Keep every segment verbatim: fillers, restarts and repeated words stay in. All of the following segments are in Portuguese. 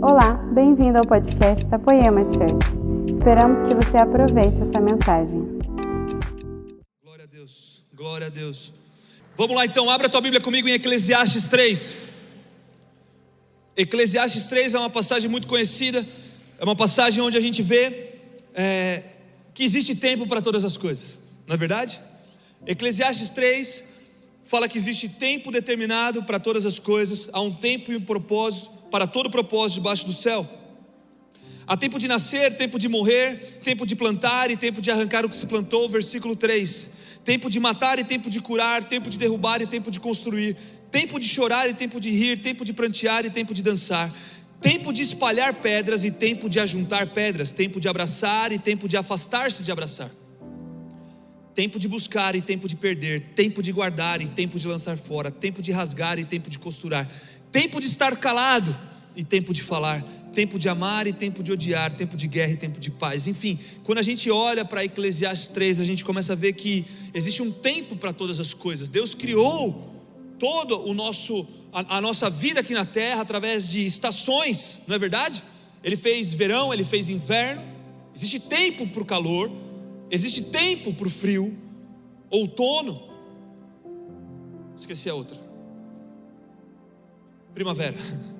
Olá, bem-vindo ao podcast da Poema Church. Esperamos que você aproveite essa mensagem. Glória a Deus, glória a Deus. Vamos lá então, abra a tua Bíblia comigo em Eclesiastes três. Eclesiastes três é uma passagem muito conhecida, é uma passagem onde a gente vê é, que existe tempo para todas as coisas, não é verdade? Eclesiastes três fala que existe tempo determinado para todas as coisas, há um tempo e um propósito para todo propósito debaixo do céu. Há tempo de nascer, tempo de morrer, tempo de plantar e tempo de arrancar o que se plantou, versículo três. Tempo de matar e tempo de curar, tempo de derrubar e tempo de construir, tempo de chorar e tempo de rir, tempo de prantear e tempo de dançar, tempo de espalhar pedras e tempo de ajuntar pedras, tempo de abraçar e tempo de afastar-se de abraçar, tempo de buscar e tempo de perder, tempo de guardar e tempo de lançar fora, tempo de rasgar e tempo de costurar, tempo de estar calado e tempo de falar, tempo de amar e tempo de odiar, tempo de guerra e tempo de paz. Enfim, quando a gente olha para Eclesiastes três, a gente começa a ver que existe um tempo para todas as coisas. Deus criou todo o nosso, a, a nossa vida aqui na terra através de estações, não é verdade? Ele fez verão, ele fez inverno. Existe tempo para o calor, existe tempo para o frio, outono, esqueci a outra, primavera.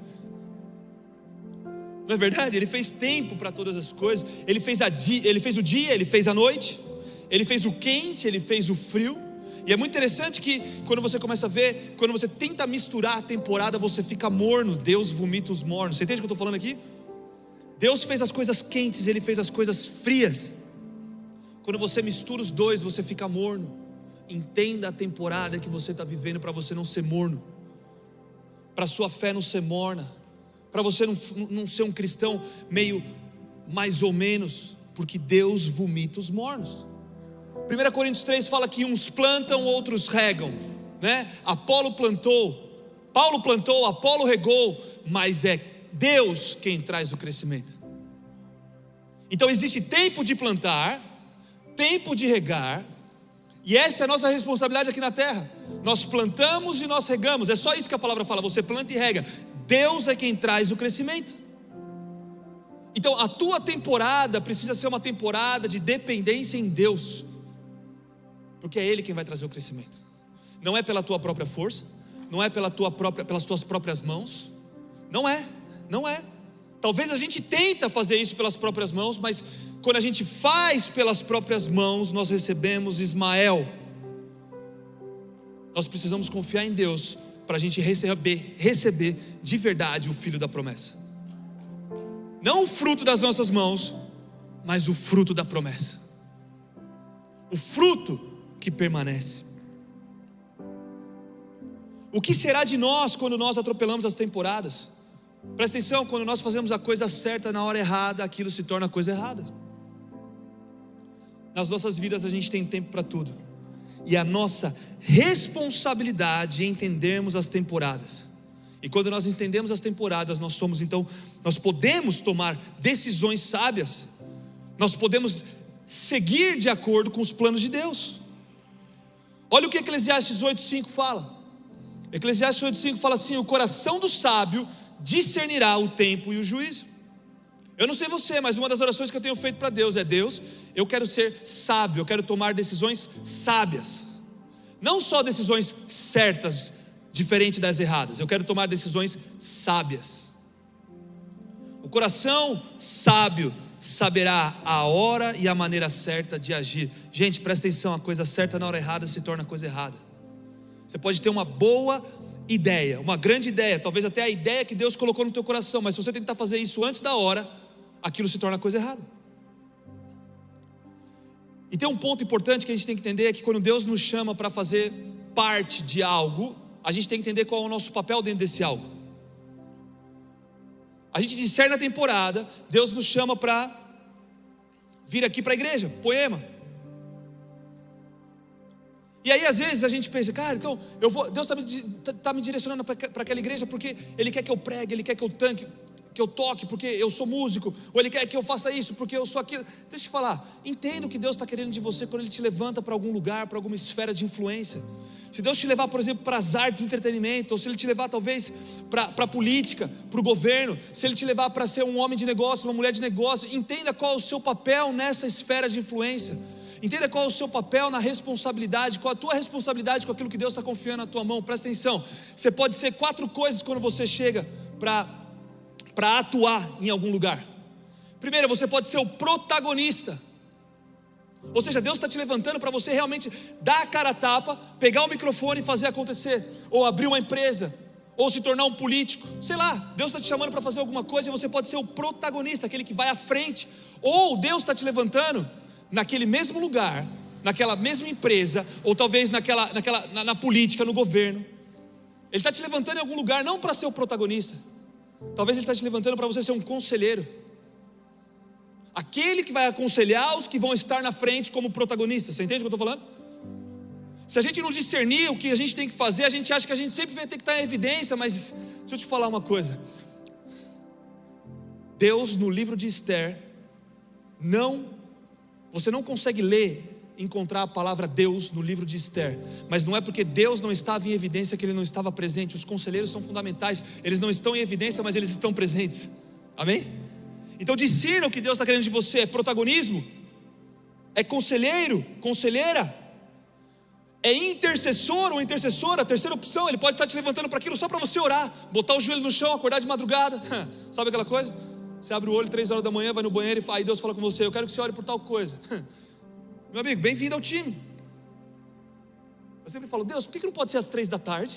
Não é verdade? Ele fez tempo para todas as coisas. Ele fez, a dia, ele fez o dia, ele fez a noite, ele fez o quente, ele fez o frio. E é muito interessante que quando você começa a ver, quando você tenta misturar a temporada, você fica morno. Deus vomita os mornos. Você entende o que eu estou falando aqui? Deus fez as coisas quentes, Ele fez as coisas frias. Quando você mistura os dois, você fica morno. Entenda a temporada que você está vivendo para você não ser morno, para a sua fé não ser morna, para você não, não ser um cristão meio mais ou menos, porque Deus vomita os mornos. primeira Coríntios três fala que uns plantam, outros regam, né? Apolo plantou, Paulo plantou, Apolo regou, mas é Deus quem traz o crescimento. Então existe tempo de plantar, tempo de regar, e essa é a nossa responsabilidade aqui na terra. Nós plantamos e nós regamos, é só isso que a palavra fala, você planta e rega. Deus é quem traz o crescimento. Então a tua temporada precisa ser uma temporada de dependência em Deus, porque é Ele quem vai trazer o crescimento. Não é pela tua própria força, não é pela tua própria, pelas tuas próprias mãos. Não é, não é. Talvez a gente tenta fazer isso pelas próprias mãos, mas quando a gente faz pelas próprias mãos, nós recebemos Ismael. Nós precisamos confiar em Deus para a gente receber, receber de verdade o filho da promessa. Não o fruto das nossas mãos, mas o fruto da promessa. O fruto que permanece. O que será de nós quando nós atropelamos as temporadas? Presta atenção, quando nós fazemos a coisa certa na hora errada, aquilo se torna coisa errada. Nas nossas vidas a gente tem tempo para tudo, e a nossa responsabilidade é entendermos as temporadas. E quando nós entendemos as temporadas, nós somos então, nós podemos tomar decisões sábias, nós podemos seguir de acordo com os planos de Deus. Olha o que Eclesiastes oito cinco fala. Eclesiastes oito cinco fala assim: o coração do sábio discernirá o tempo e o juízo. Eu não sei você, mas uma das orações que eu tenho feito para Deus é: Deus, eu quero ser sábio, eu quero tomar decisões sábias, não só decisões certas, diferente das erradas. Eu quero tomar decisões sábias. O coração sábio saberá a hora e a maneira certa de agir. Gente, presta atenção, a coisa certa na hora errada se torna coisa errada. Você pode ter uma boa ideia, uma grande ideia, talvez até a ideia que Deus colocou no teu coração, mas se você tentar fazer isso antes da hora, aquilo se torna coisa errada. E tem um ponto importante que a gente tem que entender, é que quando Deus nos chama para fazer parte de algo, a gente tem que entender qual é o nosso papel dentro desse algo. A gente discerne a temporada, Deus nos chama para vir aqui para a igreja, Poema. E aí às vezes a gente pensa, cara, então eu vou, Deus está me, tá me direcionando para aquela igreja porque Ele quer que eu pregue, Ele quer que eu tanque, que eu toque porque eu sou músico, ou Ele quer que eu faça isso porque eu sou aquilo. Deixa eu te falar, entenda o que Deus está querendo de você quando Ele te levanta para algum lugar, para alguma esfera de influência. Se Deus te levar, por exemplo, para as artes e entretenimento, ou se Ele te levar talvez para a política, para o governo, se Ele te levar para ser um homem de negócio, uma mulher de negócio, entenda qual é o seu papel nessa esfera de influência. Entenda qual é o seu papel na responsabilidade, qual é a tua responsabilidade com aquilo que Deus está confiando na tua mão. Presta atenção, você pode ser quatro coisas quando você chega para para atuar em algum lugar. Primeiro, você pode ser o protagonista. Ou seja, Deus está te levantando para você realmente dar a cara a tapa, pegar o microfone e fazer acontecer, ou abrir uma empresa, ou se tornar um político, sei lá. Deus está te chamando para fazer alguma coisa e você pode ser o protagonista, aquele que vai à frente. Ou Deus está te levantando naquele mesmo lugar, naquela mesma empresa, ou talvez naquela, naquela, na, na política, no governo. Ele está te levantando em algum lugar não para ser o protagonista, talvez Ele está te levantando para você ser um conselheiro, aquele que vai aconselhar os que vão estar na frente como protagonistas. Você entende o que eu estou falando? Se a gente não discernir o que a gente tem que fazer, a gente acha que a gente sempre vai ter que estar em evidência. Mas deixa eu te falar uma coisa, Deus no livro de Esther, não, você não consegue ler, encontrar a palavra Deus no livro de Esther, mas não é porque Deus não estava em evidência que Ele não estava presente. Os conselheiros são fundamentais, eles não estão em evidência, mas eles estão presentes, amém? Então discirna o que Deus está querendo de você. É protagonismo, é conselheiro, conselheira, é intercessor ou intercessora. A terceira opção, Ele pode estar te levantando para aquilo só para você orar, botar o joelho no chão, acordar de madrugada, sabe aquela coisa? Você abre o olho três horas da manhã, vai no banheiro e aí Deus fala com você: eu quero que você ore por tal coisa. Meu amigo, bem-vindo ao time. Eu sempre falo: Deus, por que não pode ser às três da tarde?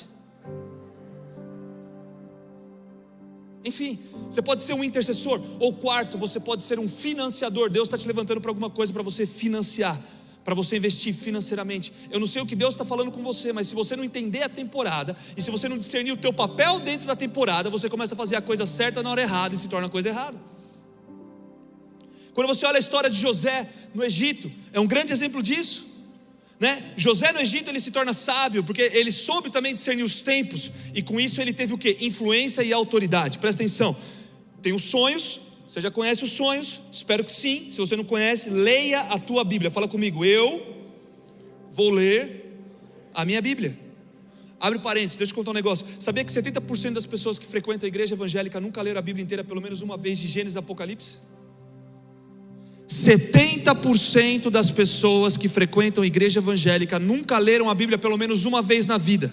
Enfim, você pode ser um intercessor. Ou quarto, você pode ser um financiador. Deus está te levantando para alguma coisa para você financiar, para você investir financeiramente. Eu não sei o que Deus está falando com você, mas se você não entender a temporada, e se você não discernir o teu papel dentro da temporada, você começa a fazer a coisa certa na hora errada e se torna a coisa errada. Quando você olha a história de José no Egito, é um grande exemplo disso, né? José no Egito, ele se torna sábio, porque ele soube também discernir os tempos, e com isso ele teve o que? Influência e autoridade. Presta atenção, tem os sonhos. Você já conhece os sonhos? Espero que sim. Se você não conhece, leia a tua Bíblia. Fala comigo: eu vou ler a minha Bíblia. Abre parênteses, deixa eu contar um negócio. Sabia que setenta por cento das pessoas que frequentam a igreja evangélica nunca leram a Bíblia inteira pelo menos uma vez, de Gênesis a Apocalipse? setenta por cento das pessoas que frequentam a igreja evangélica nunca leram a Bíblia pelo menos uma vez na vida.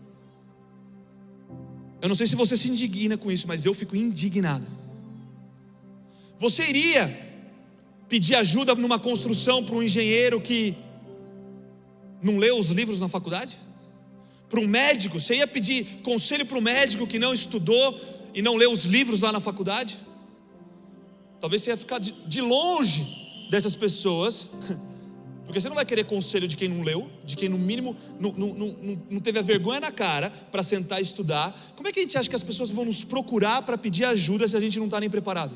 Eu não sei se você se indigna com isso, mas eu fico indignado. Você iria pedir ajuda numa construção para um engenheiro que não leu os livros na faculdade? Para um médico, você ia pedir conselho para um médico que não estudou e não leu os livros lá na faculdade? Talvez você ia ficar de, de longe dessas pessoas, porque você não vai querer conselho de quem não leu, de quem no mínimo não, não, não, não teve a vergonha na cara para sentar e estudar. Como é que a gente acha que as pessoas vão nos procurar para pedir ajuda se a gente não está nem preparado?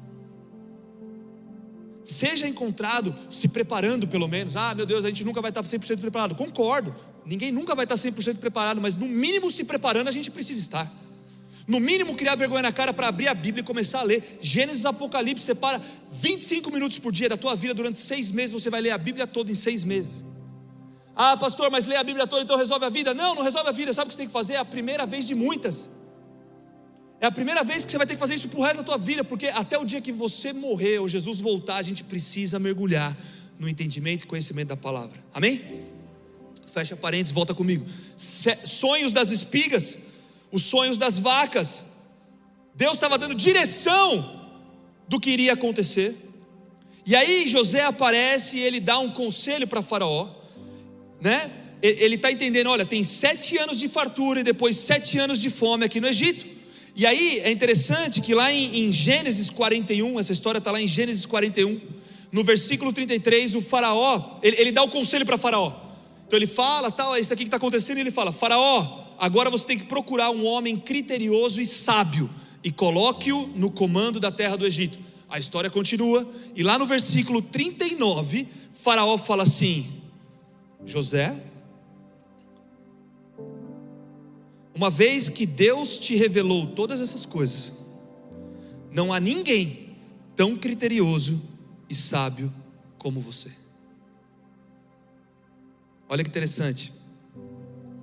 Seja encontrado se preparando pelo menos. Ah, meu Deus, a gente nunca vai estar cem por cento preparado. Concordo, ninguém nunca vai estar cem por cento preparado, mas no mínimo se preparando a gente precisa estar. No mínimo criar vergonha na cara para abrir a Bíblia e começar a ler. Gênesis, Apocalipse, você para vinte e cinco minutos por dia da tua vida durante seis meses, você vai ler a Bíblia toda em seis meses. Ah, pastor, mas ler a Bíblia toda então resolve a vida? Não, não resolve a vida. Sabe o que você tem que fazer? É a primeira vez de muitas. É a primeira vez que você vai ter que fazer isso pro resto da tua vida, porque até o dia que você morrer ou Jesus voltar, a gente precisa mergulhar no entendimento e conhecimento da palavra. Amém? Fecha parênteses, volta comigo. Sonhos das espigas, os sonhos das vacas. Deus estava dando direção do que iria acontecer. E aí José aparece e ele dá um conselho para Faraó, né? Ele está entendendo: olha, tem sete anos de fartura e depois sete anos de fome aqui no Egito. E aí é interessante que lá em, em Gênesis quarenta e um, essa história está lá em Gênesis quarenta e um, no versículo trinta e três, o Faraó, ele, ele dá o conselho para Faraó. Então ele fala, tal, é isso aqui que está acontecendo, e ele fala: Faraó, agora você tem que procurar um homem criterioso e sábio, e coloque-o no comando da terra do Egito. A história continua, e lá no versículo trinta e nove, Faraó fala assim: José, uma vez que Deus te revelou todas essas coisas, não há ninguém tão criterioso e sábio como você. Olha que interessante.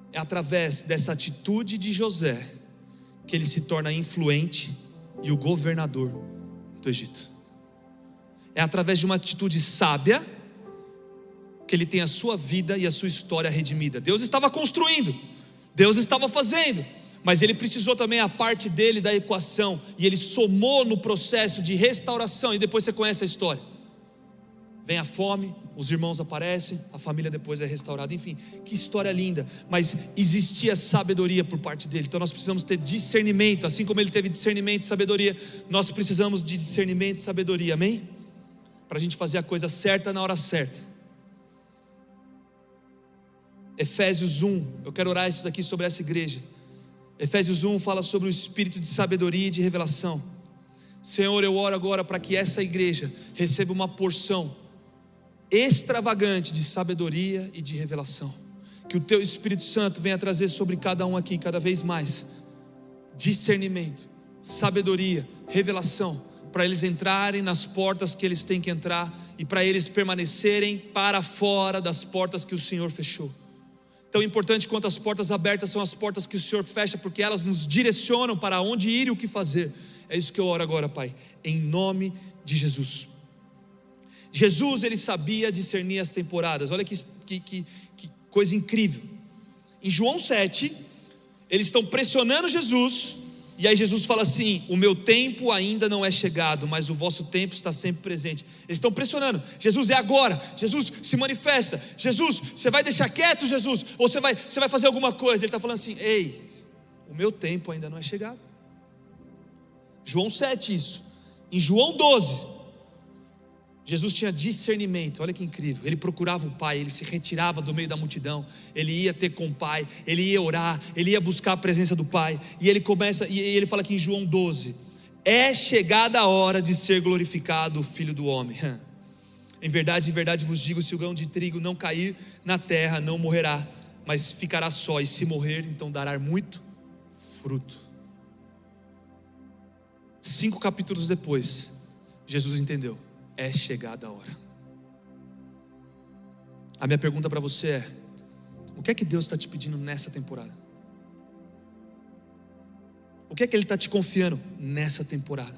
É através dessa atitude de José que ele se torna influente e o governador do Egito. É através de uma atitude sábia que ele tem a sua vida e a sua história redimida. Deus estava construindo, Deus estava fazendo, mas ele precisou também a parte dele da equação, e ele somou no processo de restauração. E depois você conhece a história. Vem a fome, os irmãos aparecem, a família depois é restaurada. Enfim, que história linda. Mas existia sabedoria por parte dele. Então nós precisamos ter discernimento. Assim como ele teve discernimento e sabedoria, nós precisamos de discernimento e sabedoria, amém? Para a gente fazer a coisa certa na hora certa. Efésios um, eu quero orar isso daqui sobre essa igreja. Efésios um fala sobre o espírito de sabedoria e de revelação. Senhor, eu oro agora para que essa igreja receba uma porção extravagante de sabedoria e de revelação. Que o teu Espírito Santo venha trazer sobre cada um aqui cada vez mais discernimento, sabedoria, revelação, para eles entrarem nas portas que eles têm que entrar e para eles permanecerem para fora das portas que o Senhor fechou. Tão importante quanto as portas abertas são as portas que o Senhor fecha, porque elas nos direcionam para onde ir e o que fazer. É isso que eu oro agora, Pai, em nome de Jesus. Jesus, ele sabia discernir as temporadas. Olha que, que, que, que coisa incrível. Em João sete, eles estão pressionando Jesus, e aí Jesus fala assim: o meu tempo ainda não é chegado, mas o vosso tempo está sempre presente. Eles estão pressionando: Jesus, é agora, Jesus, se manifesta, Jesus, você vai deixar quieto, Jesus, ou você vai, você vai fazer alguma coisa? Ele está falando assim: ei, o meu tempo ainda não é chegado. João sete isso. Em João doze, Jesus tinha discernimento. Olha que incrível. Ele procurava o Pai, ele se retirava do meio da multidão, ele ia ter com o Pai, ele ia orar, ele ia buscar a presença do Pai. E ele começa, e ele fala aqui em João doze: é chegada a hora de ser glorificado o Filho do Homem. Em verdade, em verdade vos digo, se o grão de trigo não cair na terra, não morrerá, mas ficará só, e se morrer, então dará muito fruto. Cinco capítulos depois, Jesus entendeu: é chegada a hora. A minha pergunta para você é: o que é que Deus está te pedindo nessa temporada? O que é que Ele está te confiando nessa temporada?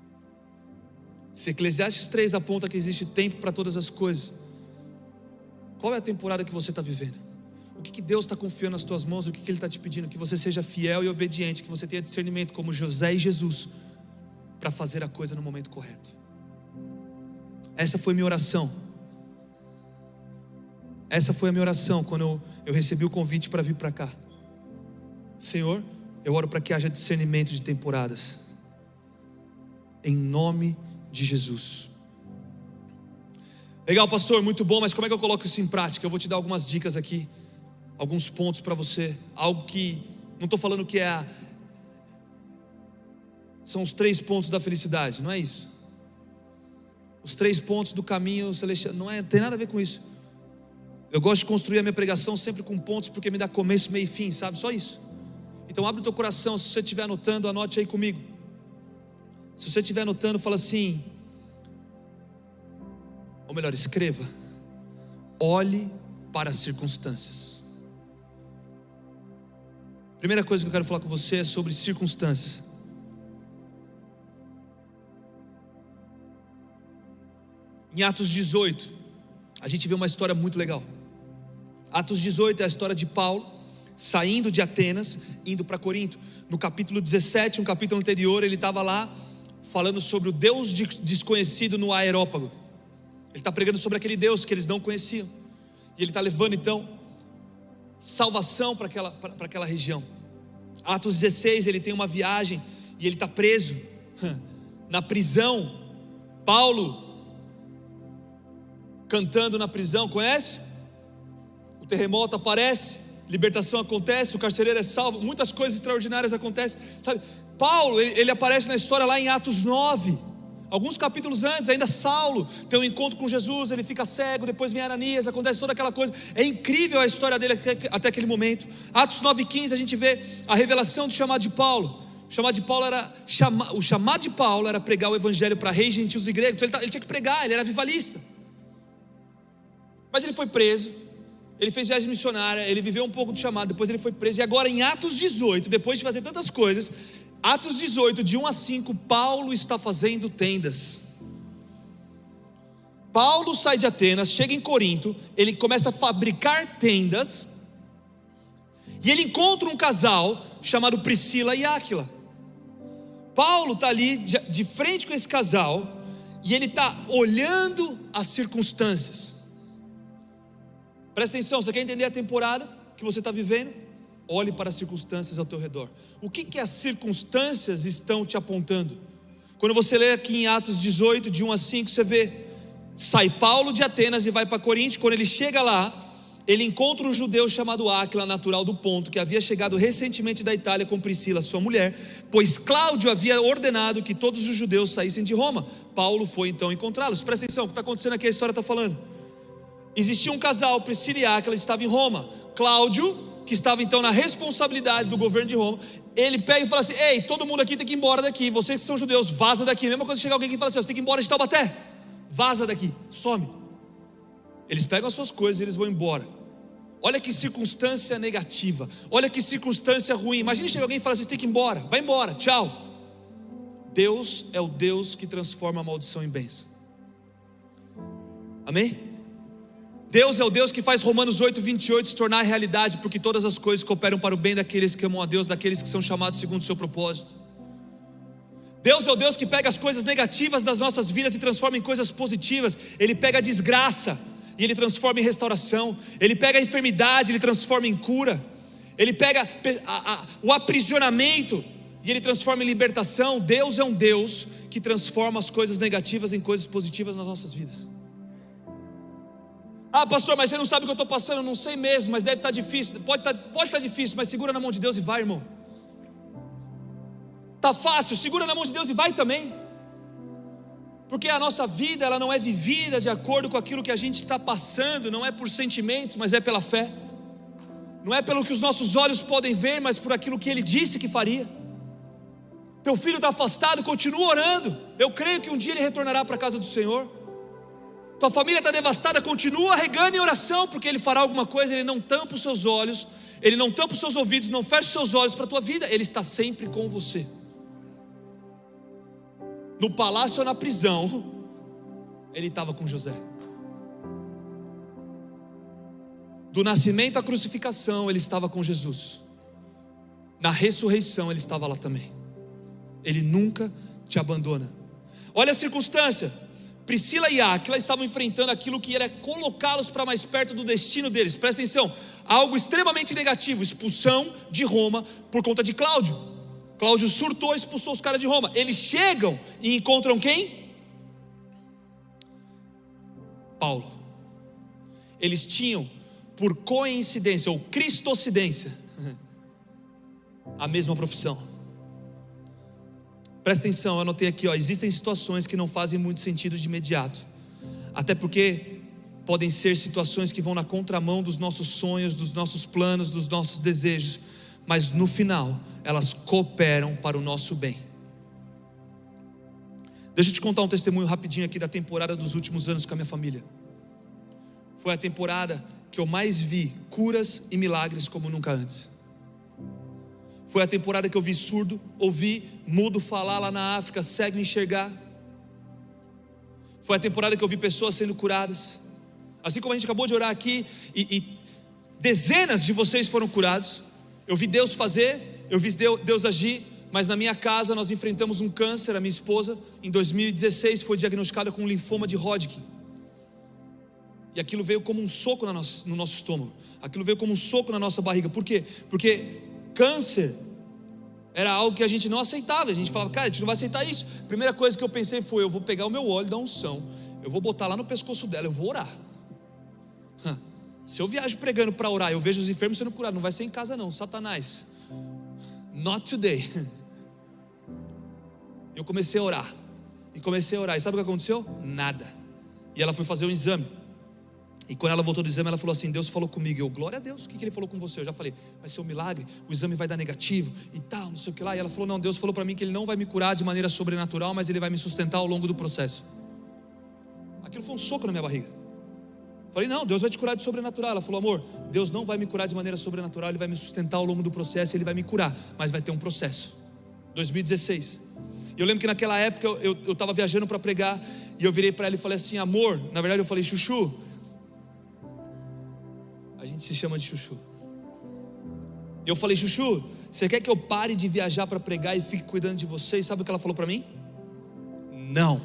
Se Eclesiastes três aponta que existe tempo para todas as coisas, qual é a temporada que você está vivendo? O que, que Deus está confiando nas tuas mãos? O que, que Ele está te pedindo? Que você seja fiel e obediente, que você tenha discernimento como José e Jesus, para fazer a coisa no momento correto. Essa foi minha oração. Essa foi a minha oração quando eu, eu recebi o convite para vir para cá. Senhor, eu oro para que haja discernimento de temporadas, em nome de Jesus. Legal, pastor, muito bom, mas como é que eu coloco isso em prática? Eu vou te dar algumas dicas aqui, alguns pontos para você. Algo que, não estou falando que é a, são os três pontos da felicidade, não é isso. Os três pontos do caminho celestial, não é, tem nada a ver com isso. Eu gosto de construir a minha pregação sempre com pontos, porque me dá começo, meio e fim, sabe? Só isso. Então abre o teu coração, se você estiver anotando, anote aí comigo. Se você estiver anotando, fala assim, ou melhor, escreva: olhe para as circunstâncias. Primeira coisa que eu quero falar com você é sobre circunstâncias. Em Atos dezoito, a gente vê uma história muito legal. Atos dezoito é a história de Paulo saindo de Atenas, indo para Corinto. No capítulo dezessete, um capítulo anterior, ele estava lá falando sobre o Deus desconhecido no Areópago. Ele está pregando sobre aquele Deus que eles não conheciam, e ele está levando então salvação para aquela, para aquela região. Atos dezesseis, ele tem uma viagem e ele está preso na prisão. Paulo cantando na prisão, conhece? O terremoto aparece, libertação acontece, o carcereiro é salvo, muitas coisas extraordinárias acontecem, sabe? Paulo, ele, ele aparece na história lá em Atos nove, alguns capítulos antes, ainda Saulo tem um encontro com Jesus, ele fica cego, depois vem Ananias, acontece toda aquela coisa, é incrível a história dele até, até aquele momento. Atos nove, quinze, a gente vê a revelação do chamado de Paulo. O chamado de Paulo era, chama, o chamado de Paulo era pregar o evangelho para reis, gentios e gregos, então ele, ele tinha que pregar, ele era avivalista. Mas ele foi preso, ele fez viagem missionária, ele viveu um pouco de chamado, depois ele foi preso. E agora em Atos dezoito, depois de fazer tantas coisas, Atos dezoito, de um a cinco, Paulo está fazendo tendas. Paulo sai de Atenas, chega em Corinto, ele começa a fabricar tendas, e ele encontra um casal chamado Priscila e Áquila. Paulo está ali de, de frente com esse casal, e ele está olhando as circunstâncias. Presta atenção, você quer entender a temporada que você está vivendo? Olhe para as circunstâncias ao teu redor. O que que as circunstâncias estão te apontando? Quando você lê aqui em Atos dezoito, de um a cinco, você vê, sai Paulo de Atenas e vai para Corinto. Quando ele chega lá, ele encontra um judeu chamado Áquila, natural do Ponto, que havia chegado recentemente da Itália com Priscila, sua mulher, pois Cláudio havia ordenado que todos os judeus saíssem de Roma. Paulo foi então encontrá-los. Presta atenção, o que está acontecendo aqui, a história está falando. Existia um casal, Priscila e Áquila, estava em Roma. Cláudio, que estava então na responsabilidade do governo de Roma, ele pega e fala assim: ei, todo mundo aqui tem que ir embora daqui, vocês que são judeus, vaza daqui. Mesma coisa, chega alguém que fala assim: você tem que ir embora de Taubaté, vaza daqui, some. Eles pegam as suas coisas e eles vão embora. Olha que circunstância negativa, olha que circunstância ruim. Imagina chegar alguém e falar assim: você tem que ir embora, vai embora, tchau. Deus é o Deus que transforma a maldição em bênção. Amém? Deus é o Deus que faz Romanos oito, vinte e oito se tornar realidade, porque todas as coisas cooperam para o bem daqueles que amam a Deus, daqueles que são chamados segundo o seu propósito. Deus é o Deus que pega as coisas negativas das nossas vidas e transforma em coisas positivas. Ele pega a desgraça e Ele transforma em restauração. Ele pega a enfermidade e Ele transforma em cura. Ele pega a, a, o aprisionamento e Ele transforma em libertação. Deus é um Deus que transforma as coisas negativas em coisas positivas nas nossas vidas. Ah, pastor, mas você não sabe o que eu estou passando. Eu não sei mesmo, mas deve estar difícil. Pode estar, pode estar difícil, mas segura na mão de Deus e vai, irmão. Está fácil, segura na mão de Deus e vai também. Porque a nossa vida, ela não é vivida de acordo com aquilo que a gente está passando. Não é por sentimentos, mas é pela fé. Não é pelo que os nossos olhos podem ver, mas por aquilo que Ele disse que faria. Teu filho está afastado, continua orando. Eu creio que um dia ele retornará para a casa do Senhor. Tua família está devastada, continua regando em oração, porque Ele fará alguma coisa. Ele não tampa os seus olhos, Ele não tampa os seus ouvidos, não fecha os seus olhos para a tua vida. Ele está sempre com você. No palácio ou na prisão, Ele estava com José. Do nascimento à crucificação, Ele estava com Jesus. Na ressurreição, Ele estava lá também. Ele nunca te abandona. Olha a circunstância. Priscila e Áquila estavam enfrentando aquilo que era colocá-los para mais perto do destino deles. Presta atenção, algo extremamente negativo, expulsão de Roma por conta de Cláudio. Cláudio surtou e expulsou os caras de Roma. Eles chegam e encontram quem? Paulo. Eles tinham, por coincidência ou cristocidência, a mesma profissão. Presta atenção, eu anotei aqui, ó, existem situações que não fazem muito sentido de imediato, até porque podem ser situações que vão na contramão dos nossos sonhos, dos nossos planos, dos nossos desejos, mas no final elas cooperam para o nosso bem. Deixa eu te contar um testemunho rapidinho aqui da temporada dos últimos anos com a minha família. Foi a temporada que eu mais vi curas e milagres como nunca antes. Foi a temporada que eu vi surdo, ouvi mudo falar lá na África, cego enxergar. Foi a temporada que eu vi pessoas sendo curadas. Assim como a gente acabou de orar aqui, e, e dezenas de vocês foram curados. Eu vi Deus fazer, eu vi Deus agir. Mas na minha casa nós enfrentamos um câncer. A minha esposa em dois mil e dezesseis foi diagnosticada com linfoma de Hodgkin. E aquilo veio como um soco no nosso, no nosso estômago. Aquilo veio como um soco na nossa barriga. Por quê? Porque câncer era algo que a gente não aceitava. A gente falava, cara, a gente não vai aceitar isso. A primeira coisa que eu pensei foi: eu vou pegar o meu óleo da unção, eu vou botar lá no pescoço dela, eu vou orar. Se eu viajo pregando para orar, eu vejo os enfermos sendo curados, não vai ser em casa não, Satanás. Not today. Eu comecei a orar, e comecei a orar, e sabe o que aconteceu? Nada. E ela foi fazer um exame. E quando ela voltou do exame, ela falou assim: Deus falou comigo. Eu, glória a Deus, o que, que Ele falou com você? Eu já falei, vai ser um milagre, o exame vai dar negativo e tal, não sei o que lá. E ela falou, não, Deus falou para mim que Ele não vai me curar de maneira sobrenatural, mas Ele vai me sustentar ao longo do processo. Aquilo foi um soco na minha barriga. Falei, não, Deus vai te curar de sobrenatural. Ela falou, amor, Deus não vai me curar de maneira sobrenatural, Ele vai me sustentar ao longo do processo, Ele vai me curar, mas vai ter um processo. dois mil e dezesseis. E eu lembro que naquela época eu estava viajando para pregar, e eu virei para ela e falei assim, amor, na verdade eu falei, Chuchu, a gente se chama de Chuchu. E eu falei, Chuchu, você quer que eu pare de viajar para pregar e fique cuidando de você? E sabe o que ela falou para mim? Não.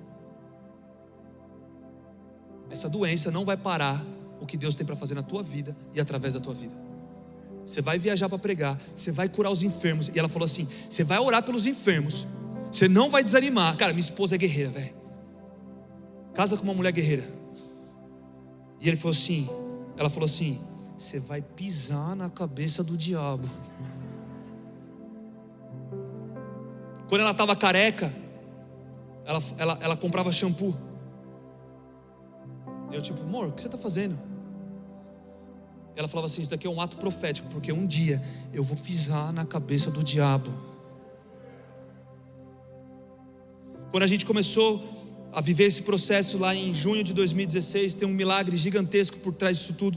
Essa doença não vai parar o que Deus tem para fazer na tua vida e através da tua vida. Você vai viajar para pregar, você vai curar os enfermos. E ela falou assim, você vai orar pelos enfermos, você não vai desanimar. Cara, minha esposa é guerreira, velho. Casa com uma mulher guerreira. E ele falou assim, ela falou assim, você vai pisar na cabeça do diabo. Quando ela estava careca, ela, ela, ela comprava shampoo. E eu tipo, amor, o que você está fazendo? Ela falava assim, isso daqui é um ato profético, porque um dia eu vou pisar na cabeça do diabo. Quando a gente começou a viver esse processo lá em junho de dois mil e dezesseis, tem um milagre gigantesco por trás disso tudo.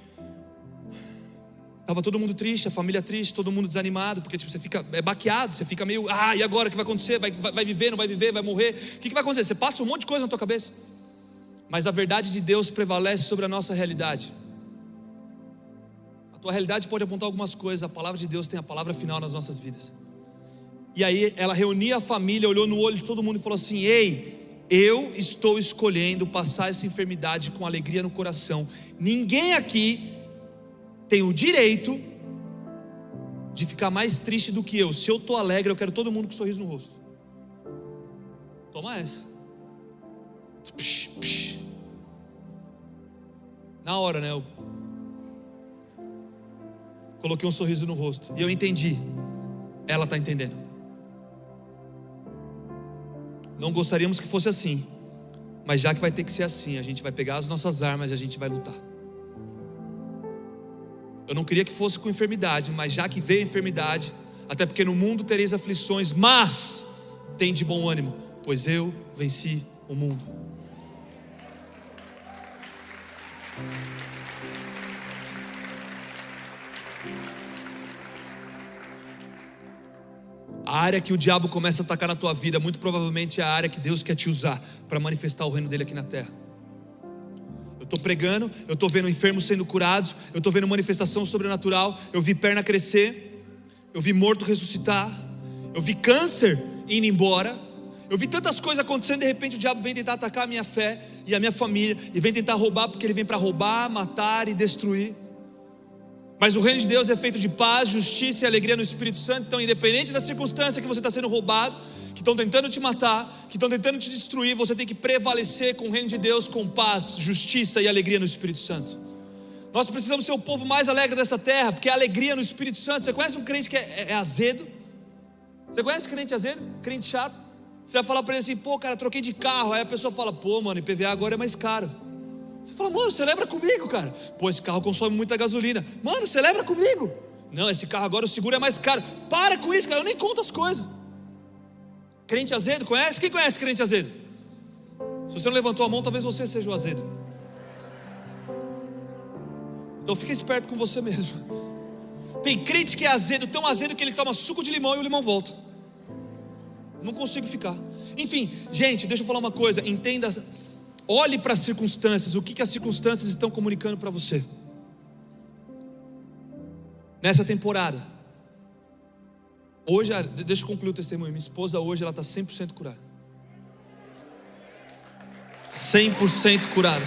Estava todo mundo triste, a família triste, todo mundo desanimado, porque tipo, você fica é baqueado, você fica meio, ah, e agora o que vai acontecer? Vai, vai, vai viver, não vai viver, vai morrer? O que, que vai acontecer? Você passa um monte de coisa na tua cabeça. Mas a verdade de Deus prevalece sobre a nossa realidade. A tua realidade pode apontar algumas coisas, a palavra de Deus tem a palavra final nas nossas vidas. E aí ela reunia a família, olhou no olho de todo mundo e falou assim, ei, eu estou escolhendo passar essa enfermidade com alegria no coração. Ninguém aqui tem o direito de ficar mais triste do que eu. Se eu estou alegre, eu quero todo mundo com um sorriso no rosto. Toma essa. Psh, psh. Na hora, né, eu coloquei um sorriso no rosto. E eu entendi. Ela está entendendo. Não gostaríamos que fosse assim, mas já que vai ter que ser assim, a gente vai pegar as nossas armas e a gente vai lutar. Eu não queria que fosse com enfermidade, mas já que veio a enfermidade, até porque no mundo tereis aflições, mas tem de bom ânimo, pois eu venci o mundo. A área que o diabo começa a atacar na tua vida, muito provavelmente é a área que Deus quer te usar para manifestar o reino dele aqui na terra. Eu estou pregando, eu estou vendo enfermos sendo curados, eu estou vendo manifestação sobrenatural, eu vi perna crescer, eu vi morto ressuscitar, eu vi câncer indo embora, eu vi tantas coisas acontecendo. De repente o diabo vem tentar atacar a minha fé e a minha família, e vem tentar roubar, porque ele vem para roubar, matar e destruir. Mas o reino de Deus é feito de paz, justiça e alegria no Espírito Santo. Então, independente da circunstância que você está sendo roubado, que estão tentando te matar, que estão tentando te destruir, você tem que prevalecer com o reino de Deus, com paz, justiça e alegria no Espírito Santo. Nós precisamos ser o povo mais alegre dessa terra, porque é alegria no Espírito Santo. Você conhece um crente que é, é, é azedo? Você conhece crente azedo? Crente chato? Você vai falar para ele assim, pô cara, troquei de carro. Aí a pessoa fala, pô mano, I P V A agora é mais caro. Você fala, mano, celebra comigo, cara. Pô, esse carro consome muita gasolina. Mano, celebra comigo. Não, esse carro agora o seguro é mais caro. Para com isso, cara, eu nem conto as coisas. Crente azedo, conhece? Quem conhece crente azedo? Se você não levantou a mão, talvez você seja o azedo. Então fica esperto com você mesmo. Tem crente que é azedo, tão azedo que ele toma suco de limão e o limão volta. Não consigo ficar. Enfim, gente, deixa eu falar uma coisa. Entenda, olhe para as circunstâncias. O que, que as circunstâncias estão comunicando para você nessa temporada? Hoje, deixa eu concluir o testemunho. Minha esposa hoje, ela está cem por cento curada. cem por cento curada.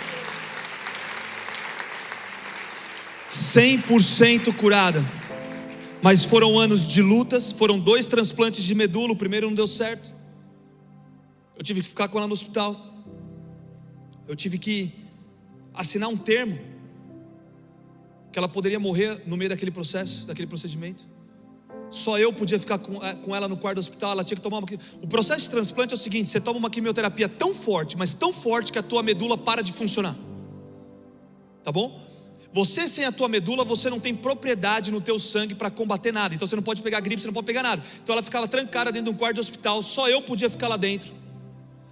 cem por cento curada. Mas foram anos de lutas. Foram dois transplantes de medula. O primeiro não deu certo. Eu tive que ficar com ela no hospital. Eu tive que assinar um termo que ela poderia morrer no meio daquele processo, daquele procedimento. Só eu podia ficar com, com ela no quarto do hospital. Ela tinha que tomar uma... O processo de transplante é o seguinte: você toma uma quimioterapia tão forte, mas tão forte, que a tua medula para de funcionar. Tá bom? Você sem a tua medula, você não tem propriedade no teu sangue para combater nada. Então você não pode pegar gripe, você não pode pegar nada. Então ela ficava trancada dentro de um quarto de hospital. Só eu podia ficar lá dentro.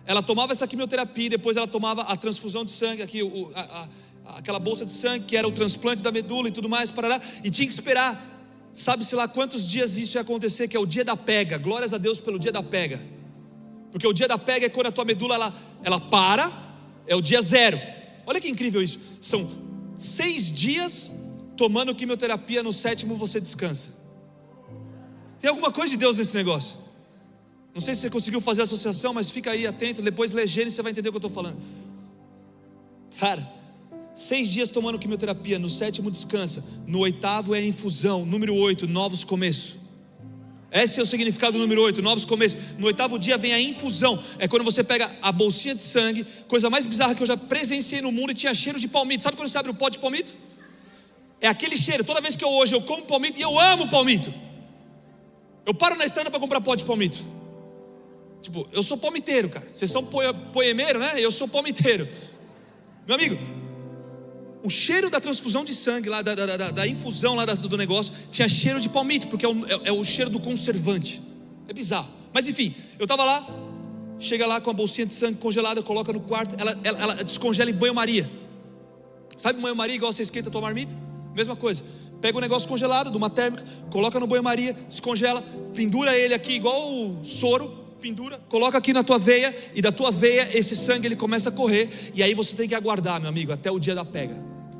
ela tomava essa quimioterapia, depois ela tomava a transfusão de sangue, aqui, o, a, a, aquela bolsa de sangue, que era o transplante da medula e tudo mais, parará, e tinha que esperar, sabe-se lá quantos dias isso ia acontecer, que é o dia da pega. Glórias a Deus pelo dia da pega, porque o dia da pega é quando a tua medula, ela, ela para, é o dia zero. Olha que incrível isso, são seis dias tomando quimioterapia, no sétimo você descansa. Tem alguma coisa de Deus nesse negócio. Não sei se você conseguiu fazer a associação, mas fica aí atento, depois lê Gênesis, você vai entender o que eu estou falando. Cara, seis dias tomando quimioterapia, no sétimo descansa, no oitavo é a infusão, número oito, novos começos. Esse é o significado do número oito, novos começos. No oitavo dia vem a infusão, é quando você pega a bolsinha de sangue, coisa mais bizarra que eu já presenciei no mundo, e tinha cheiro de palmito. Sabe quando você abre o pote de palmito? É aquele cheiro, toda vez que eu hoje eu como palmito, e eu amo palmito. Eu paro na estrada para comprar pote de palmito. Tipo, eu sou palmiteiro, cara. Vocês são poemeiro, né? Eu sou palmiteiro. Meu amigo, o cheiro da transfusão de sangue lá, da, da, da, da infusão lá do negócio, tinha cheiro de palmito, porque é o, é, é o cheiro do conservante. É bizarro. Mas enfim, eu tava lá, chega lá com a bolsinha de sangue congelada, coloca no quarto, ela, ela, ela descongela em banho-maria. Sabe banho-maria igual você esquenta a tua marmita? Mesma coisa. Pega o negócio congelado de uma térmica, coloca no banho-maria, descongela, pendura ele aqui igual o soro, pendura, coloca aqui na tua veia, e da tua veia esse sangue ele começa a correr, e aí você tem que aguardar, meu amigo, até o dia da pega.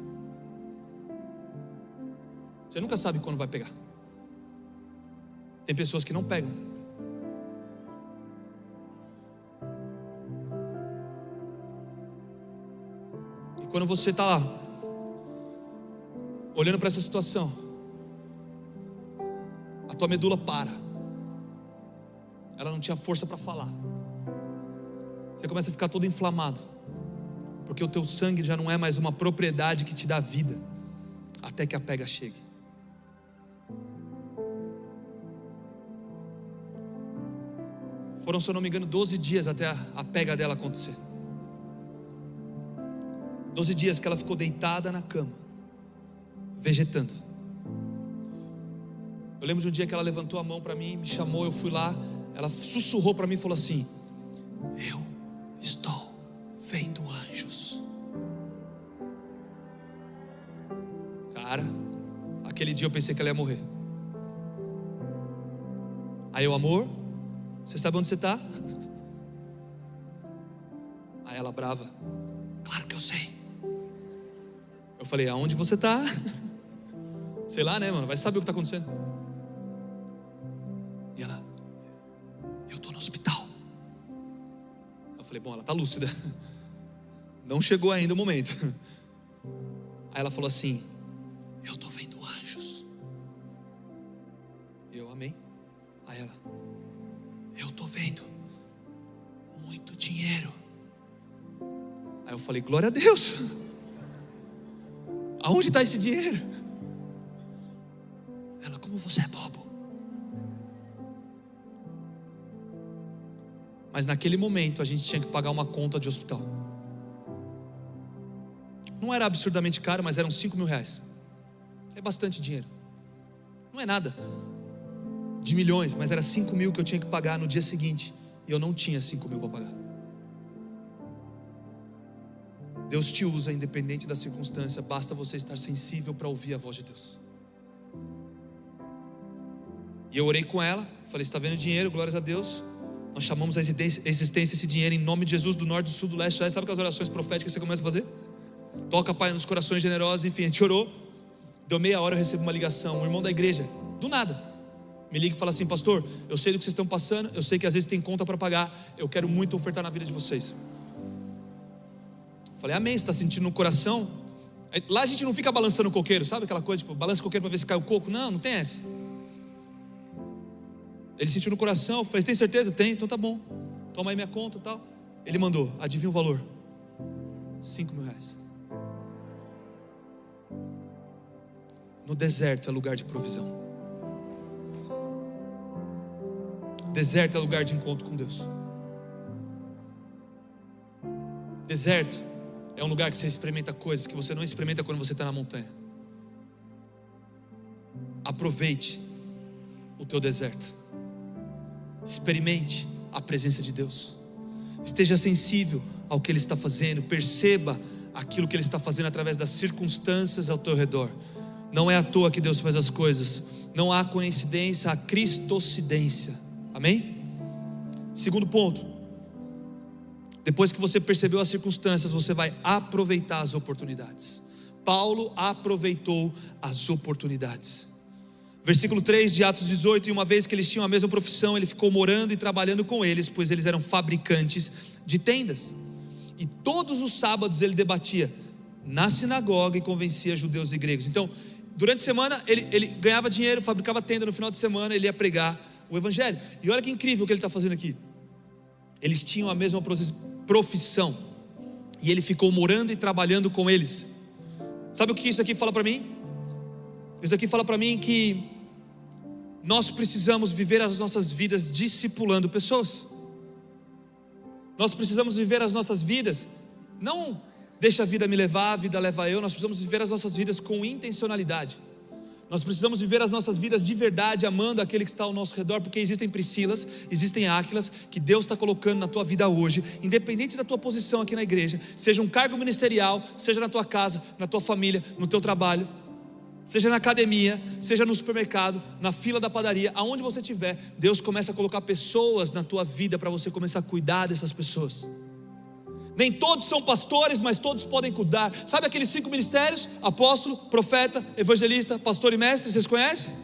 Você nunca sabe quando vai pegar. Tem pessoas que não pegam. E quando você está lá, olhando para essa situação, a tua medula para, ela não tinha força para falar. Você começa a ficar todo inflamado, porque o teu sangue já não é mais uma propriedade que te dá vida, até que a pega chegue. Foram, se eu não me engano, doze dias até a, a pega dela acontecer. doze dias que ela ficou deitada na cama, vegetando. Eu lembro de um dia que ela levantou a mão para mim, me chamou, eu fui lá, ela sussurrou para mim e falou assim: eu estou vendo anjos. Cara, aquele dia eu pensei que ela ia morrer. Aí eu, amor, você sabe onde você está? Aí ela brava: claro que eu sei. Eu falei: aonde você está? Sei lá, né, mano, vai saber o que está acontecendo. E ela: eu estou no hospital. Eu falei: bom, ela está lúcida, não chegou ainda o momento. Aí ela falou assim: eu estou vendo anjos. Eu, amém. Aí ela: eu estou vendo muito dinheiro. Aí eu falei: glória a Deus. Aonde está esse dinheiro? Ela: como você é bobo. Mas naquele momento a gente tinha que pagar uma conta de hospital. Não era absurdamente caro, mas eram cinco mil reais. É bastante dinheiro. Não é nada de milhões, mas era cinco mil que eu tinha que pagar no dia seguinte, e eu não tinha cinco mil para pagar. Deus te usa independente da circunstância, basta você estar sensível para ouvir a voz de Deus. E eu orei com ela, falei: está vendo dinheiro, glórias a Deus. Nós chamamos a existência esse dinheiro em nome de Jesus, do norte, do sul, do leste. Sabe aquelas orações proféticas que você começa a fazer? Toca, Pai, nos corações generosos. Enfim, a gente orou. Deu meia hora, eu recebo uma ligação, um irmão da igreja, do nada, me liga e fala assim: pastor, eu sei do que vocês estão passando, eu sei que às vezes tem conta para pagar, eu quero muito ofertar na vida de vocês. Falei: amém. Você está sentindo no coração? Lá a gente não fica balançando o coqueiro, sabe aquela coisa, tipo, balança o coqueiro para ver se cai o coco. Não, não tem essa. Ele sentiu no coração. Eu falei: tem certeza? Tem, então tá bom, toma aí minha conta e tal. Ele mandou, adivinha o valor? Cinco mil reais. No deserto é lugar de provisão. Deserto é lugar de encontro com Deus. Deserto é um lugar que você experimenta coisas que você não experimenta quando você está na montanha. Aproveite o teu deserto. Experimente a presença de Deus. esteja sensível ao que Ele está fazendo, perceba aquilo que Ele está fazendo através das circunstâncias ao teu redor. Não é à toa que Deus faz as coisas, não há coincidência, há cristocidência. Amém? Segundo ponto, depois que você percebeu as circunstâncias, você vai aproveitar as oportunidades. Paulo aproveitou as oportunidades. Versículo três de Atos dezoito: e uma vez que eles tinham a mesma profissão, ele ficou morando e trabalhando com eles, pois eles eram fabricantes de tendas. E todos os sábados ele debatia na sinagoga e convencia judeus e gregos. Então, durante a semana ele, ele ganhava dinheiro, fabricava tenda. No final de semana ele ia pregar o evangelho. E olha que incrível o que ele está fazendo aqui. Eles tinham a mesma profissão, e ele ficou morando e trabalhando com eles. Sabe o que isso aqui fala para mim? Isso aqui fala para mim que nós precisamos viver as nossas vidas discipulando pessoas. Nós precisamos viver as nossas vidas, não deixa a vida me levar, a vida leva eu. Nós precisamos viver as nossas vidas com intencionalidade. Nós precisamos viver as nossas vidas de verdade, amando aquele que está ao nosso redor, porque existem Priscilas, existem Áquilas, que Deus está colocando na tua vida hoje, independente da tua posição aqui na igreja, seja um cargo ministerial, seja na tua casa, na tua família, no teu trabalho, seja na academia, seja no supermercado, na fila da padaria, aonde você estiver, Deus começa a colocar pessoas na tua vida para você começar a cuidar dessas pessoas. Nem todos são pastores, mas todos podem cuidar. Sabe aqueles cinco ministérios? Apóstolo, profeta, evangelista, pastor e mestre. Vocês conhecem?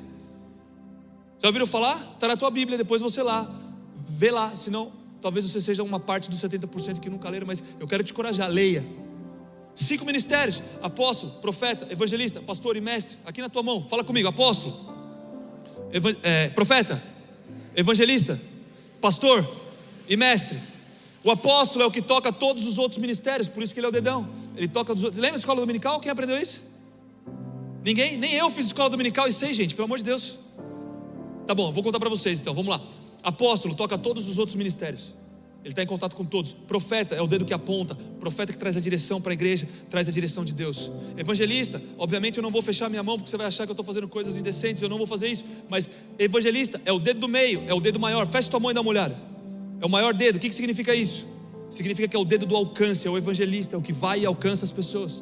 Já ouviram falar? Está na tua Bíblia, depois você lá, vê lá. Senão, talvez você seja uma parte dos setenta por cento que nunca leram, mas eu quero te encorajar, leia. Cinco ministérios: apóstolo, profeta, evangelista, pastor e mestre. Aqui na tua mão, fala comigo: apóstolo, evan é, profeta, evangelista, pastor e mestre. O apóstolo é o que toca todos os outros ministérios, por isso que ele é o dedão. Ele toca dos outros. Lembra da escola dominical? Quem aprendeu isso? Ninguém? Nem eu fiz escola dominical e sei, gente, pelo amor de Deus. Tá bom, vou contar para vocês então, vamos lá. Apóstolo toca todos os outros ministérios, ele está em contato com todos. Profeta é o dedo que aponta, profeta que traz a direção para a igreja, traz a direção de Deus. Evangelista, obviamente eu não vou fechar minha mão, porque você vai achar que eu estou fazendo coisas indecentes, eu não vou fazer isso. Mas evangelista é o dedo do meio, é o dedo maior. Fecha tua mão e dá uma olhada. É o maior dedo. O que, que significa isso? Significa que é o dedo do alcance, é o evangelista, é o que vai e alcança as pessoas.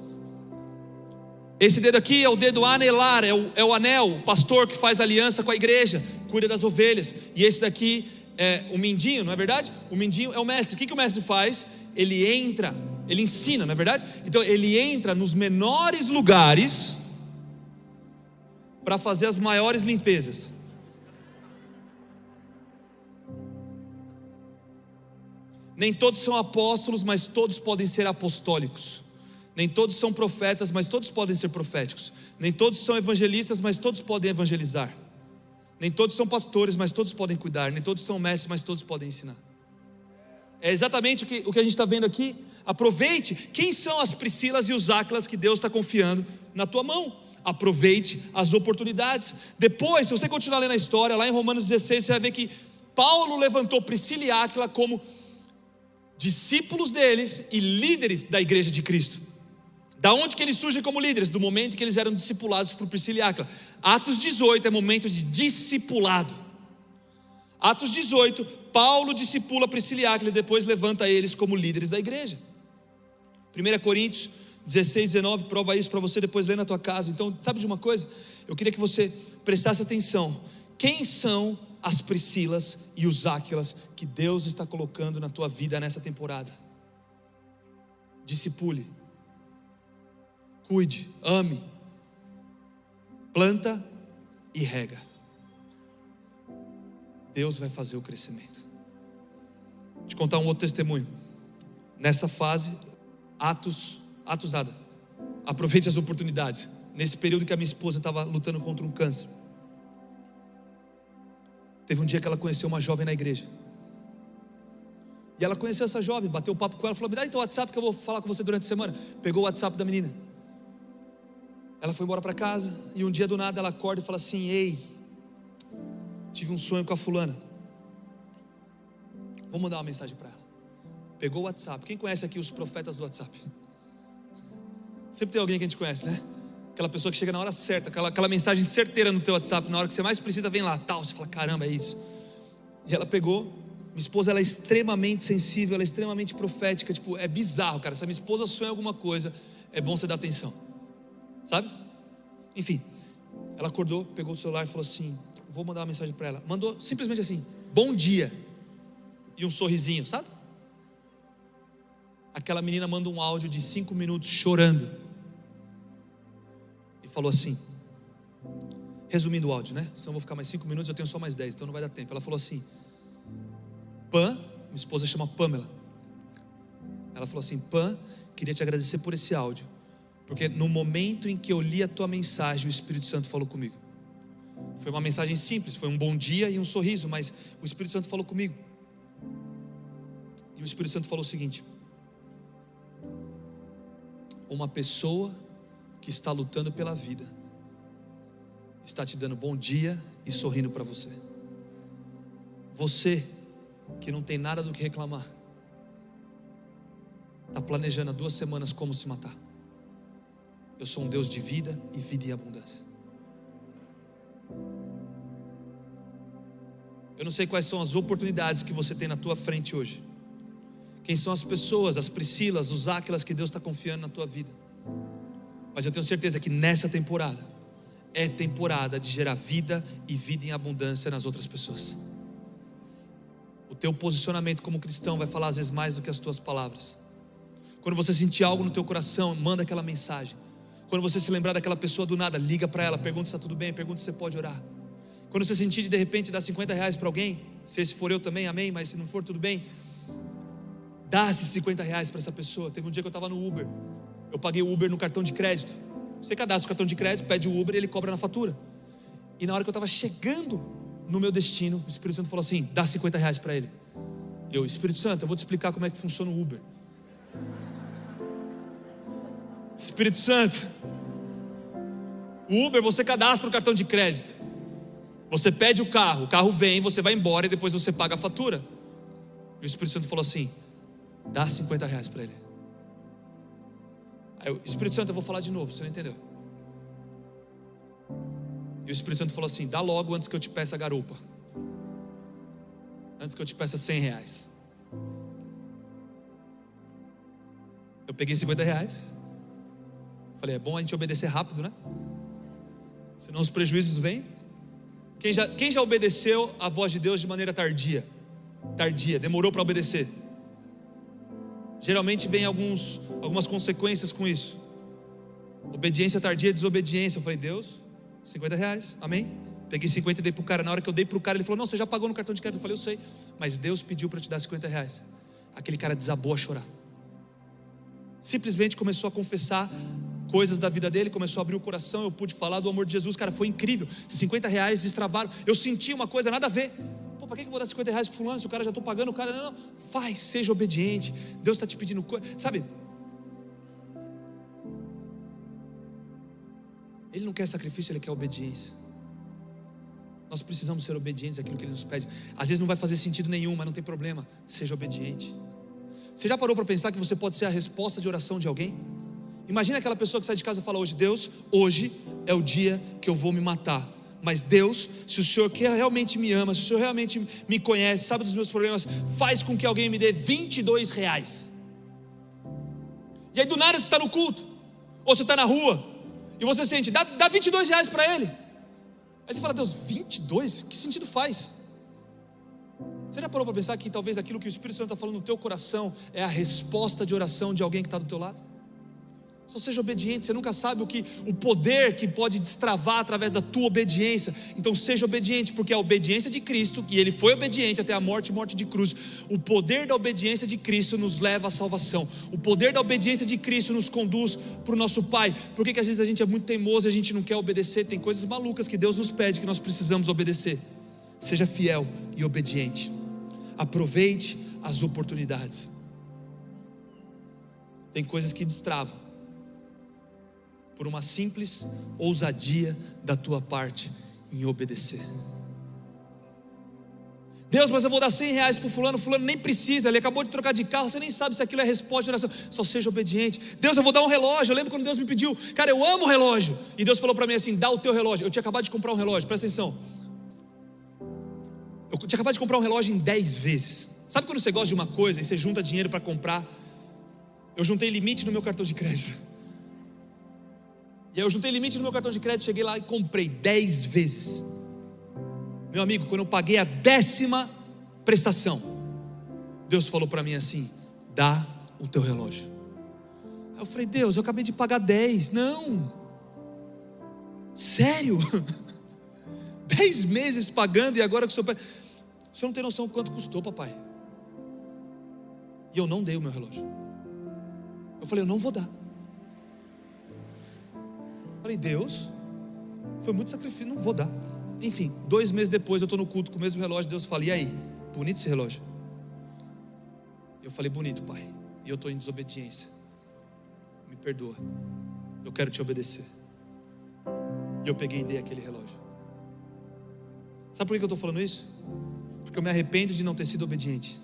Esse dedo aqui é o dedo anelar, é o, é o anel, o pastor que faz aliança com a igreja, cuida das ovelhas. E esse daqui é o mindinho, não é verdade? O mindinho é o mestre. O que, que o mestre faz? Ele entra, ele ensina, não é verdade? Então ele entra nos menores lugares para fazer as maiores limpezas. Nem todos são apóstolos, mas todos podem ser apostólicos. Nem todos são profetas, mas todos podem ser proféticos. Nem todos são evangelistas, mas todos podem evangelizar. Nem todos são pastores, mas todos podem cuidar. Nem todos são mestres, mas todos podem ensinar. É exatamente o que, o que a gente está vendo aqui. Aproveite. Quem são as Priscilas e os Áquilas que Deus está confiando na tua mão? Aproveite as oportunidades. Depois, se você continuar lendo a história, lá em Romanos dezesseis, você vai ver que Paulo levantou Priscila e Áquila como discípulos deles e líderes da igreja de Cristo. Da onde que eles surgem como líderes? Do momento em que eles eram discipulados por Priscila e Áquila. Atos dezoito é momento de discipulado. Atos dezoito, Paulo discipula Priscila e Áquila e depois levanta eles como líderes da igreja. primeira Coríntios dezesseis, dezenove prova isso para você depois ler na tua casa. Então, sabe de uma coisa? Eu queria que você prestasse atenção. Quem são as Priscilas e os Áquilas que Deus está colocando na tua vida nessa temporada? Discipule, cuide, ame, planta e rega. Deus vai fazer o crescimento. Vou te contar um outro testemunho. Nessa fase, Atos, Atos nada, aproveite as oportunidades. Nesse período que a minha esposa estava lutando contra um câncer, teve um dia que ela conheceu uma jovem na igreja. E ela conheceu essa jovem, bateu o papo com ela, falou: me dá então o WhatsApp que eu vou falar com você durante a semana. Pegou o WhatsApp da menina. Ela foi embora para casa. E um dia do nada ela acorda e fala assim: ei, tive um sonho com a fulana, vou mandar uma mensagem para ela. Pegou o WhatsApp. Quem conhece aqui os profetas do WhatsApp? Sempre tem alguém que a gente conhece, né? Aquela pessoa que chega na hora certa, aquela, aquela mensagem certeira no teu WhatsApp, na hora que você mais precisa, vem lá, tal. Você fala: caramba, é isso. E ela pegou Minha esposa, ela é extremamente sensível, ela é extremamente profética. Tipo, é bizarro, cara. Se a minha esposa sonha alguma coisa, é bom você dar atenção, sabe? Enfim, ela acordou, pegou o celular e falou assim: vou mandar uma mensagem para ela. Mandou simplesmente assim: bom dia. E um sorrisinho, sabe? Aquela menina manda um áudio de cinco minutos chorando e falou assim, resumindo o áudio, né? Senão eu vou ficar mais cinco minutos, eu tenho só mais dez, então não vai dar tempo. Ela falou assim: Pam, minha esposa chama Pamela. Ela falou assim: Pam, queria te agradecer por esse áudio, porque no momento em que eu li a tua mensagem, o Espírito Santo falou comigo. Foi uma mensagem simples, foi um bom dia e um sorriso, mas o Espírito Santo falou comigo. E o Espírito Santo falou o seguinte: uma pessoa que está lutando pela vida está te dando bom dia e sorrindo para você. Você que não tem nada do que reclamar, está planejando há duas semanas como se matar. Eu sou um Deus de vida e vida em abundância. Eu não sei quais são as oportunidades que você tem na tua frente hoje. Quem são as pessoas, as Priscilas, os Áquilas que Deus está confiando na tua vida. Mas eu tenho certeza que nessa temporada é temporada de gerar vida e vida em abundância nas outras pessoas. O teu posicionamento como cristão vai falar às vezes mais do que as tuas palavras. Quando você sentir algo no teu coração, manda aquela mensagem. Quando você se lembrar daquela pessoa do nada, liga para ela, pergunta se está tudo bem, pergunta se você pode orar. Quando você sentir de de repente dar cinquenta reais para alguém, se esse for eu também, amém, mas se não for tudo bem, dá esses cinquenta reais para essa pessoa. Teve um dia que eu estava no Uber, eu paguei o Uber no cartão de crédito. Você cadastra o cartão de crédito, pede o Uber e ele cobra na fatura. E na hora que eu estava chegando no meu destino, o Espírito Santo falou assim: dá cinquenta reais para ele. Eu, Espírito Santo, eu vou te explicar como é que funciona o Uber. Espírito Santo, o Uber, você cadastra o cartão de crédito, você pede o carro, o carro vem, você vai embora e depois você paga a fatura. E o Espírito Santo falou assim: dá cinquenta reais para ele. Aí eu, Espírito Santo, eu vou falar de novo, você não entendeu? E o Espírito Santo falou assim: dá logo antes que eu te peça a garupa, antes que eu te peça cem reais. Eu peguei cinquenta reais. Falei, é bom a gente obedecer rápido, né? Senão os prejuízos vêm. Quem já, quem já obedeceu a voz de Deus de maneira tardia? Tardia, demorou para obedecer. Geralmente vem alguns, algumas consequências com isso. Obediência tardia é desobediência. Eu falei, Deus, cinquenta reais, amém? Peguei cinquenta e dei para o cara. Na hora que eu dei para o cara, ele falou, não, você já pagou no cartão de crédito. Eu falei, eu sei, mas Deus pediu para eu te dar cinquenta reais. Aquele cara desabou a chorar. Simplesmente começou a confessar coisas da vida dele, começou a abrir o coração. Eu pude falar do amor de Jesus, cara, foi incrível. cinquenta reais destravaram. Eu senti uma coisa nada a ver. Pô, para que eu vou dar cinquenta reais para fulano se o cara já estou pagando? O cara, não, não, faz, seja obediente. Deus está te pedindo coisa, sabe? Ele não quer sacrifício, Ele quer obediência. Nós precisamos ser obedientes àquilo que Ele nos pede. Às vezes não vai fazer sentido nenhum, mas não tem problema, seja obediente. Você já parou para pensar que você pode ser a resposta de oração de alguém? Imagina aquela pessoa que sai de casa e fala hoje, Deus, hoje é o dia que eu vou me matar. Mas Deus, se o Senhor que realmente me ama, se o Senhor realmente me conhece, sabe dos meus problemas, faz com que alguém me dê vinte e dois reais. E aí do nada você está no culto, ou você está na rua, e você sente, dá, dá vinte e dois reais para ele. Aí você fala, Deus, vinte e dois? Que sentido faz? Você já parou para pensar que talvez aquilo que o Espírito Santo está falando no teu coração é a resposta de oração de alguém que está do teu lado? Só seja obediente, você nunca sabe o, que, o poder que pode destravar através da tua obediência. Então seja obediente, porque a obediência de Cristo, que Ele foi obediente até a morte e morte de cruz, o poder da obediência de Cristo nos leva à salvação. O poder da obediência de Cristo nos conduz para o nosso Pai. Por que que às vezes a gente é muito teimoso e a gente não quer obedecer? Tem coisas malucas que Deus nos pede que nós precisamos obedecer. Seja fiel e obediente. Aproveite as oportunidades. Tem coisas que destravam por uma simples ousadia da tua parte em obedecer. Deus, mas eu vou dar cem reais para o fulano, o fulano nem precisa, ele acabou de trocar de carro, você nem sabe se aquilo é resposta de oração. Só seja obediente. Deus, eu vou dar um relógio. Eu lembro quando Deus me pediu, cara, eu amo relógio, e Deus falou para mim assim, dá o teu relógio. Eu tinha acabado de comprar um relógio, presta atenção. Eu tinha acabado de comprar um relógio em dez vezes. Sabe quando você gosta de uma coisa e você junta dinheiro para comprar? Eu juntei limite no meu cartão de crédito. E aí eu juntei limite no meu cartão de crédito, cheguei lá e comprei dez vezes. Meu amigo, quando eu paguei a décima prestação, Deus falou para mim assim: dá o teu relógio. Aí eu falei: Deus, eu acabei de pagar dez. Não, sério? Dez meses pagando e agora que o senhor... O senhor não tem noção do quanto custou, papai. E eu não dei o meu relógio. Eu falei: eu não vou dar. Eu falei: Deus, foi muito sacrifício, não vou dar. Enfim, dois meses depois eu estou no culto com o mesmo relógio. Deus fala: e aí, bonito esse relógio? Eu falei: bonito, pai. E eu estou em desobediência, me perdoa, eu quero te obedecer. E eu peguei e dei aquele relógio. Sabe por que eu estou falando isso? Porque eu me arrependo de não ter sido obediente.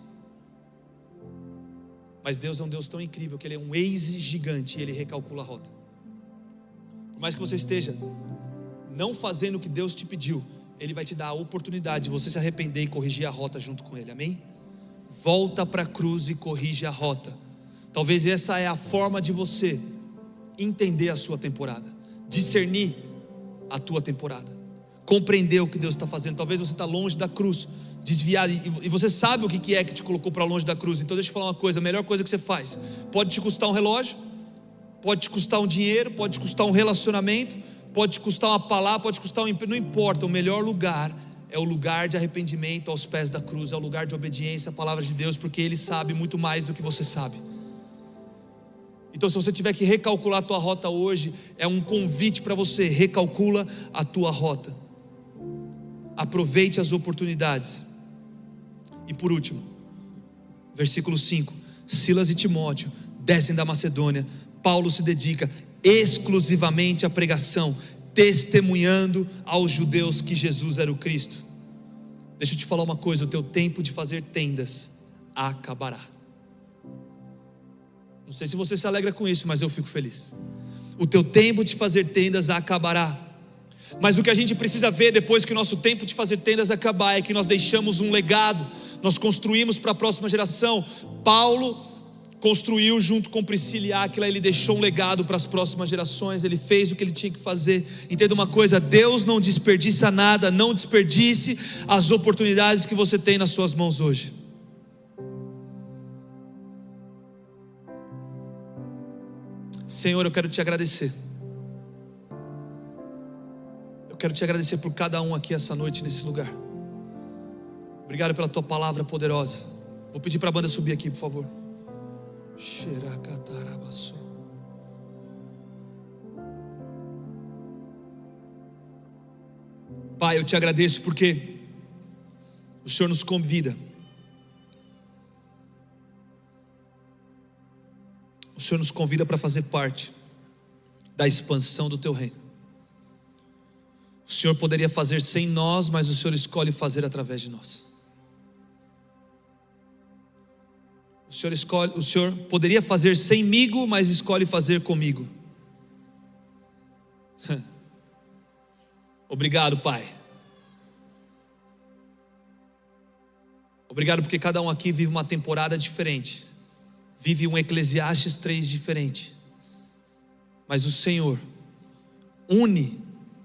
Mas Deus é um Deus tão incrível que Ele é um ex-gigante e Ele recalcula a rota. Por mais que você esteja não fazendo o que Deus te pediu, Ele vai te dar a oportunidade de você se arrepender e corrigir a rota junto com Ele, amém? Volta para a cruz e corrige a rota. Talvez essa é a forma de você entender a sua temporada, discernir a tua temporada, compreender o que Deus está fazendo. Talvez você está longe da cruz, desviado, e você sabe o que é que te colocou para longe da cruz. Então deixa eu falar uma coisa: a melhor coisa que você faz, pode te custar um relógio, pode te custar um dinheiro, pode te custar um relacionamento, pode te custar uma palavra, pode te custar um emprego, não importa. O melhor lugar é o lugar de arrependimento aos pés da cruz, é o lugar de obediência à palavra de Deus, porque Ele sabe muito mais do que você sabe. Então, se você tiver que recalcular a tua rota hoje, é um convite para você: recalcula a tua rota, aproveite as oportunidades. E por último, versículo cinco: Silas e Timóteo descem da Macedônia. Paulo se dedica exclusivamente à pregação, testemunhando aos judeus que Jesus era o Cristo. Deixa eu te falar uma coisa: o teu tempo de fazer tendas acabará. Não sei se você se alegra com isso, mas eu fico feliz. O teu tempo de fazer tendas acabará. Mas o que a gente precisa ver depois que o nosso tempo de fazer tendas acabar é que nós deixamos um legado, nós construímos para a próxima geração. Paulo construiu junto com Priscila e Áquila, ele deixou um legado para as próximas gerações, ele fez o que ele tinha que fazer. Entenda uma coisa: Deus não desperdiça nada, não desperdice as oportunidades que você tem nas suas mãos hoje. Senhor, eu quero te agradecer. Eu quero te agradecer por cada um aqui essa noite nesse lugar. Obrigado pela tua palavra poderosa. Vou pedir para a banda subir aqui, por favor. Pai, eu te agradeço porque o Senhor nos convida. O Senhor nos convida para fazer parte da expansão do teu reino. O Senhor poderia fazer sem nós, mas o Senhor escolhe fazer através de nós. O Senhor escolhe, o Senhor poderia fazer semigo, mas escolhe fazer comigo. Obrigado, Pai. Obrigado porque cada um aqui vive uma temporada diferente, vive um Eclesiastes três diferente, mas o Senhor une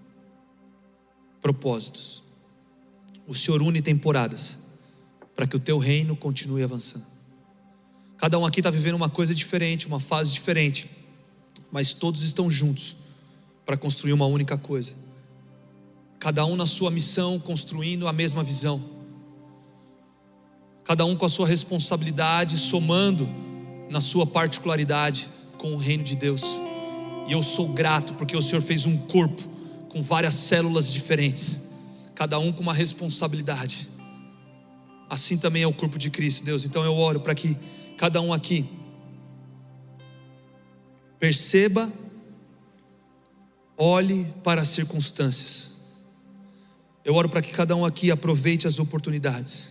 propósitos. O Senhor une temporadas para que o teu reino continue avançando. Cada um aqui está vivendo uma coisa diferente, uma fase diferente, mas todos estão juntos para construir uma única coisa. Cada um na sua missão, construindo a mesma visão. Cada um com a sua responsabilidade, somando na sua particularidade com o reino de Deus. E eu sou grato porque o Senhor fez um corpo com várias células diferentes, cada um com uma responsabilidade. Assim também é o corpo de Cristo, Deus. Então eu oro para que cada um aqui perceba, olhe para as circunstâncias. Eu oro para que cada um aqui aproveite as oportunidades,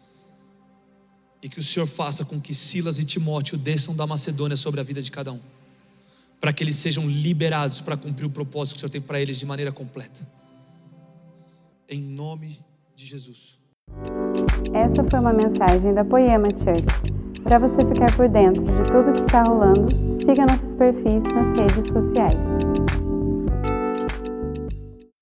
e que o Senhor faça com que Silas e Timóteo desçam da Macedônia sobre a vida de cada um, para que eles sejam liberados para cumprir o propósito que o Senhor tem para eles de maneira completa. Em nome de Jesus. Essa foi uma mensagem da Poema Church. Para você ficar por dentro de tudo que está rolando, siga nossos perfis nas redes sociais.